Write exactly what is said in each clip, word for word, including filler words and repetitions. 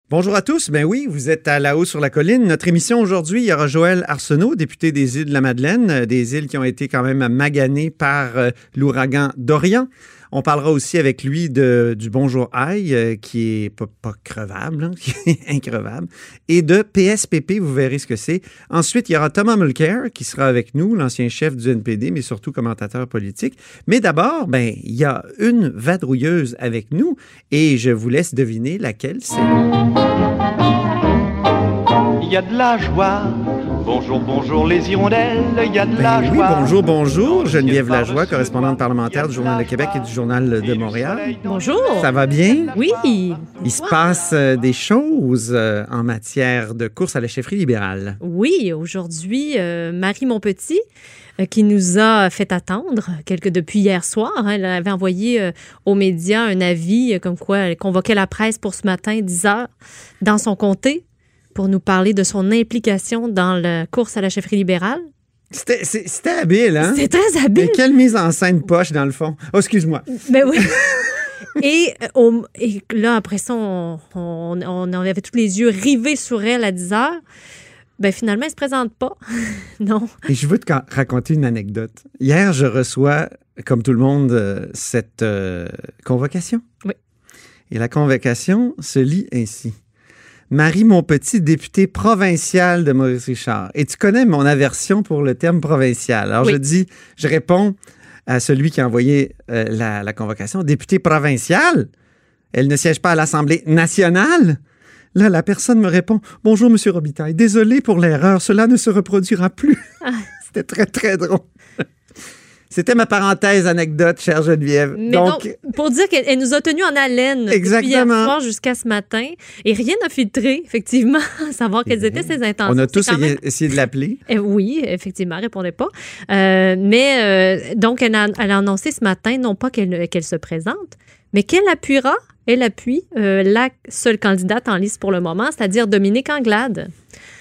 Bonjour à tous. Ben oui, vous êtes à La Haut sur la colline. Notre émission aujourd'hui, il y aura Joël Arsenault, député des Îles-de-la-Madeleine, des îles qui ont été quand même maganées par euh, l'ouragan Dorian. On parlera aussi avec lui de, du Bonjour Aïe, euh, qui est pas, pas crevable, hein, qui est increvable, et de P S P P, vous verrez ce que c'est. Ensuite, il y aura Thomas Mulcair, qui sera avec nous, l'ancien chef du N P D, mais surtout commentateur politique. Mais d'abord, ben, il y a une vadrouilleuse avec nous, et je vous laisse deviner laquelle c'est. Il y a de la joie. Bonjour, bonjour les hirondelles, il y a de Ben la oui, joie. bonjour, bonjour. Geneviève Lajoie, correspondante parlementaire du Journal de Québec et du Journal de Montréal. Bonjour. Ça va bien? Oui. Il se passe euh, des choses euh, en matière de course à la chefferie libérale. Oui, aujourd'hui, euh, Marie Montpetit, euh, qui nous a fait attendre quelque, depuis hier soir, hein, elle avait envoyé euh, aux médias un avis euh, comme quoi elle convoquait la presse pour ce matin, dix heures, dans son comté, pour nous parler de son implication dans la course à la chefferie libérale. C'était, c'est- c'était habile, hein? C'est très habile. Mais quelle mise en scène poche, dans le fond. Oh, excuse-moi. Ben oui. Et, euh, au- et là, après ça, on, on, on avait tous les yeux rivés sur elle à dix heures. Ben finalement, elle se présente pas. Non. Et je veux te ca- raconter une anecdote. Hier, je reçois, comme tout le monde, euh, cette euh, convocation. Oui. Et la convocation se lit ainsi. Marie Montpetit, députée provinciale de Maurice-Richard. Et tu connais mon aversion pour le terme provincial. Alors, Oui. je dis, je réponds à celui qui a envoyé euh, la, la convocation. Députée provinciale? Elle ne siège pas à l'Assemblée nationale? Là, la personne me répond, « Bonjour, Monsieur Robitaille. Désolé pour l'erreur. Cela ne se reproduira plus. Ah. » C'était très, très drôle. C'était ma parenthèse anecdote, chère Geneviève. Mais donc, donc, pour dire qu'elle elle nous a tenus en haleine depuis hier Exactement. soir jusqu'à ce matin. Et rien n'a filtré, effectivement, à savoir quelles étaient ses intentions. on a C'est tous quand même- essayé de l'appeler. Eh oui, effectivement, elle répondait pas. Euh, mais euh, donc, elle a, elle a annoncé ce matin, non pas qu'elle qu'elle se présente, mais qu'elle appuiera, elle appuie euh, la seule candidate en liste pour le moment, c'est-à-dire Dominique Anglade.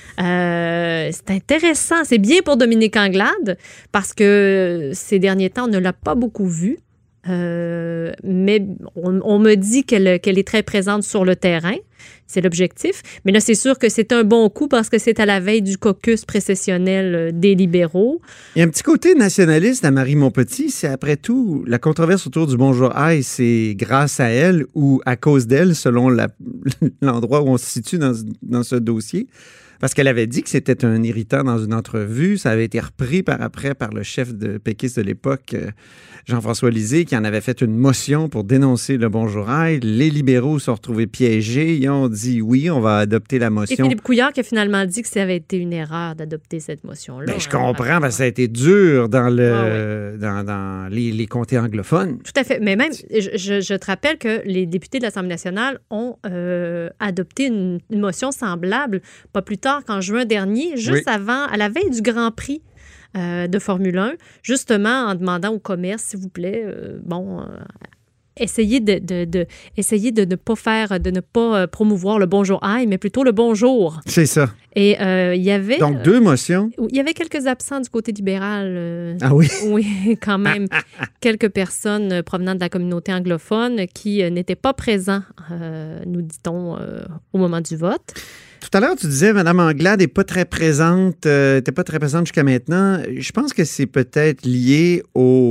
Euh, c'est intéressant. C'est bien pour Dominique Anglade parce que ces derniers temps, on ne l'a pas beaucoup vue. Euh, mais on, on me dit qu'elle qu'elle est très présente sur le terrain. C'est l'objectif. Mais là, c'est sûr que c'est un bon coup parce que c'est à la veille du caucus précessionnel des libéraux. Il y a un petit côté nationaliste à Marie Montpetit. C'est après tout, la controverse autour du Bonjour Aïe, c'est grâce à elle ou à cause d'elle, selon la- l'endroit où on se situe dans, dans ce dossier. Parce qu'elle avait dit que c'était un irritant dans une entrevue. Ça avait été repris par après par le chef de péquiste de l'époque, euh, Jean-François Lisée, qui en avait fait une motion pour dénoncer le Bonjour Aïe. Les libéraux se sont retrouvés piégés. Ils ont dit oui, on va adopter la Et motion. Philippe Couillard qui a finalement dit que ça avait été une erreur d'adopter cette motion-là. Ben, je comprends, parce que ça a été dur dans, le, Ah dans, dans les, les comtés anglophones. Tout à fait. Mais même, je, je- je te rappelle que les députés de l'Assemblée nationale ont euh, adopté une, une motion semblable pas plus tard qu'en juin dernier, juste Oui. avant, à la veille du Grand Prix euh, de Formule un, justement en demandant au commerce, s'il vous plaît, euh, bon, euh, essayez de, de, de- essayez de ne pas faire, de ne pas euh, promouvoir le bonjour aïe, mais plutôt le bonjour. C'est ça. Et euh, il y avait... Donc, deux motions. Il y avait quelques absents du côté libéral. euh, Ah oui? Oui, quand même. Quelques personnes euh, provenant de la communauté anglophone qui euh, n'étaient pas présents, euh, nous dit-on, euh, au moment du vote. Tout à l'heure, tu disais, Mme Anglade n'est pas très présente, euh, n'était pas très présente jusqu'à maintenant. Je pense que c'est peut-être lié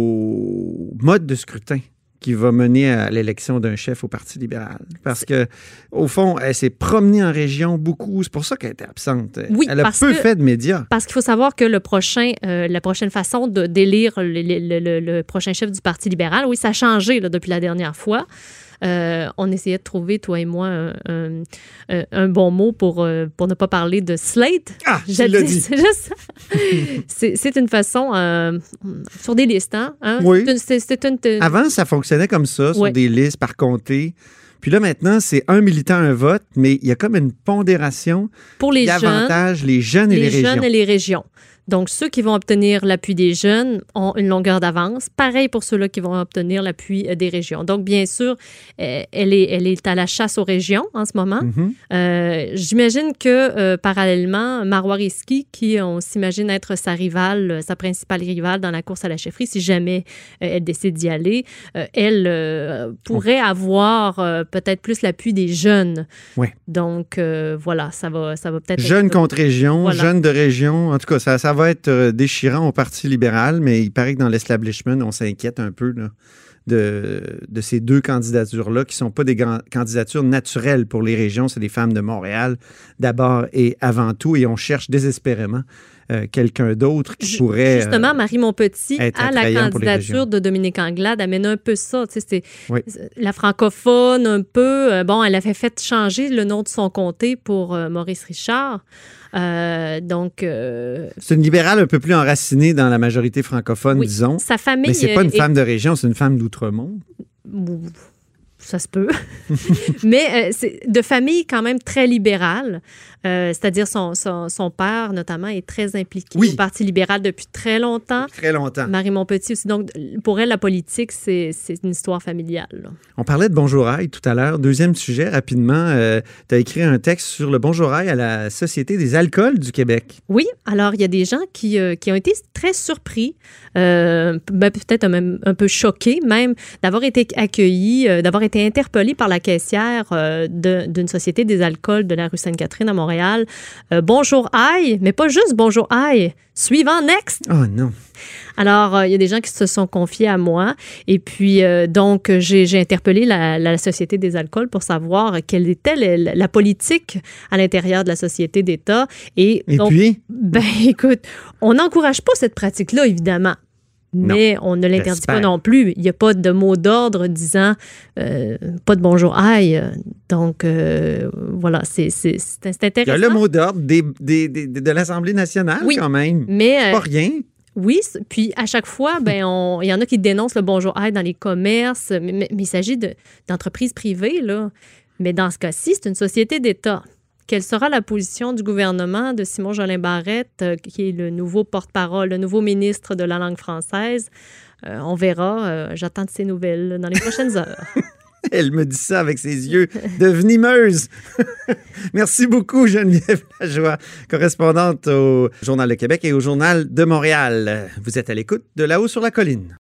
au mode de scrutin qui va mener à l'élection d'un chef au Parti libéral. Parce que, au fond, elle s'est promenée en région beaucoup. C'est pour ça qu'elle était absente. Oui, elle a parce peu que- fait de médias. Parce qu'il faut savoir que le prochain, euh, la prochaine façon de d'élire le, le- le- le prochain chef du Parti libéral, oui, ça a changé là, depuis la dernière fois. Euh, on essayait de trouver, toi et moi, un, un- un- un bon mot pour, euh, pour ne pas parler de slate. Ah, tu Jadis, l'as dit. c'est juste ça. c'est, c'est une façon, euh, sur des listes, hein? hein? Oui. C'est une- c'est- c'est une- une- Avant, ça fonctionnait comme ça, sur Ouais. des listes par comté. Puis là, maintenant, c'est un militant, un vote, mais il y a comme une pondération pour les qui jeunes, avantage les jeunes et les, les régions. jeunes et les régions. Donc, ceux qui vont obtenir l'appui des jeunes ont une longueur d'avance. Pareil pour ceux-là qui vont obtenir l'appui des régions. Donc, bien sûr, elle est, elle est à la chasse aux régions en ce moment. Mm-hmm. Euh, j'imagine que, euh, parallèlement, Marois Risky, qui on s'imagine être sa rivale, sa principale rivale dans la course à la chefferie, si jamais euh, elle décide d'y aller, euh, elle euh, pourrait avoir euh, peut-être plus l'appui des jeunes. Oui. Donc, euh, voilà, ça va, ça va peut-être... Jeunes être... contre région, voilà. Jeunes de région. En tout cas, ça, ça va être déchirant au Parti libéral, mais il paraît que dans l'establishment, on s'inquiète un peu là, de, de ces deux candidatures-là, qui ne sont pas des grands, candidatures naturelles pour les régions. C'est des femmes de Montréal, d'abord et avant tout, et on cherche désespérément Euh, quelqu'un d'autre qui pourrait... Justement, euh, Marie Montpetit, à la candidature de Dominique Anglade, amène un peu ça. Tu sais, c'est oui. La francophone, un peu. Euh, bon, elle avait fait changer le nom de son comté pour euh, Maurice Richard. Euh, donc... Euh... C'est une libérale un peu plus enracinée dans la majorité francophone, oui. disons. Sa famille... Mais c'est pas une est... femme de région, c'est une femme d'outre-monde. Ça se peut. Mais euh, c'est de famille quand même très libérale. Euh, c'est-à-dire son, son, son père, notamment, est très impliqué oui. au Parti libéral depuis très longtemps. Depuis très longtemps. Marie Montpetit aussi. Donc, pour elle, la politique, c'est, c'est une histoire familiale. Là. On parlait de Bonjour Aïe tout à l'heure. Deuxième sujet, rapidement. Euh, tu as écrit un texte sur le Bonjour Aïe à la Société des alcools du Québec. Oui. Alors, il y a des gens qui, euh, qui ont été très surpris, euh, ben, peut-être même un peu choqués même, d'avoir été accueillis, euh, d'avoir été interpellés par la caissière euh, de, d'une Société des alcools de la rue Sainte-Catherine à Montréal. Euh, bonjour aïe, mais pas juste bonjour aïe. Suivant, next. Oh non. Alors, il euh, y a des gens qui se sont confiés à moi. Et puis, euh, donc, j'ai, j'ai interpellé la, la Société des alcools pour savoir quelle était la, la politique à l'intérieur de la Société d'État. Et, Et donc, puis? Ben, écoute, on n'encourage pas cette pratique-là, évidemment. Mais non, on ne l'interdit j'espère. pas non plus. Il n'y a pas de mot d'ordre disant euh, pas de bonjour aïe. Donc, euh, voilà, c'est, c'est, c'est, c'est intéressant. Il y a le mot d'ordre des, des, des, de l'Assemblée nationale, oui, quand même. Mais, c'est pas rien. Oui, puis à chaque fois, ben, on, il y en a qui dénoncent le bonjour aïe dans les commerces, mais, mais, mais il s'agit de, d'entreprises privées, là. Mais dans ce cas-ci, c'est une société d'État. Quelle sera la position du gouvernement de Simon Jolin Barrette, euh, qui est le nouveau porte-parole, le nouveau ministre de la langue française? Euh, on verra. Euh, j'attends de ses nouvelles dans les prochaines heures. Elle me dit ça avec ses yeux de venimeuse. Merci beaucoup, Geneviève Lajoie, correspondante au Journal de Québec et au Journal de Montréal. Vous êtes à l'écoute de Là-haut sur la colline.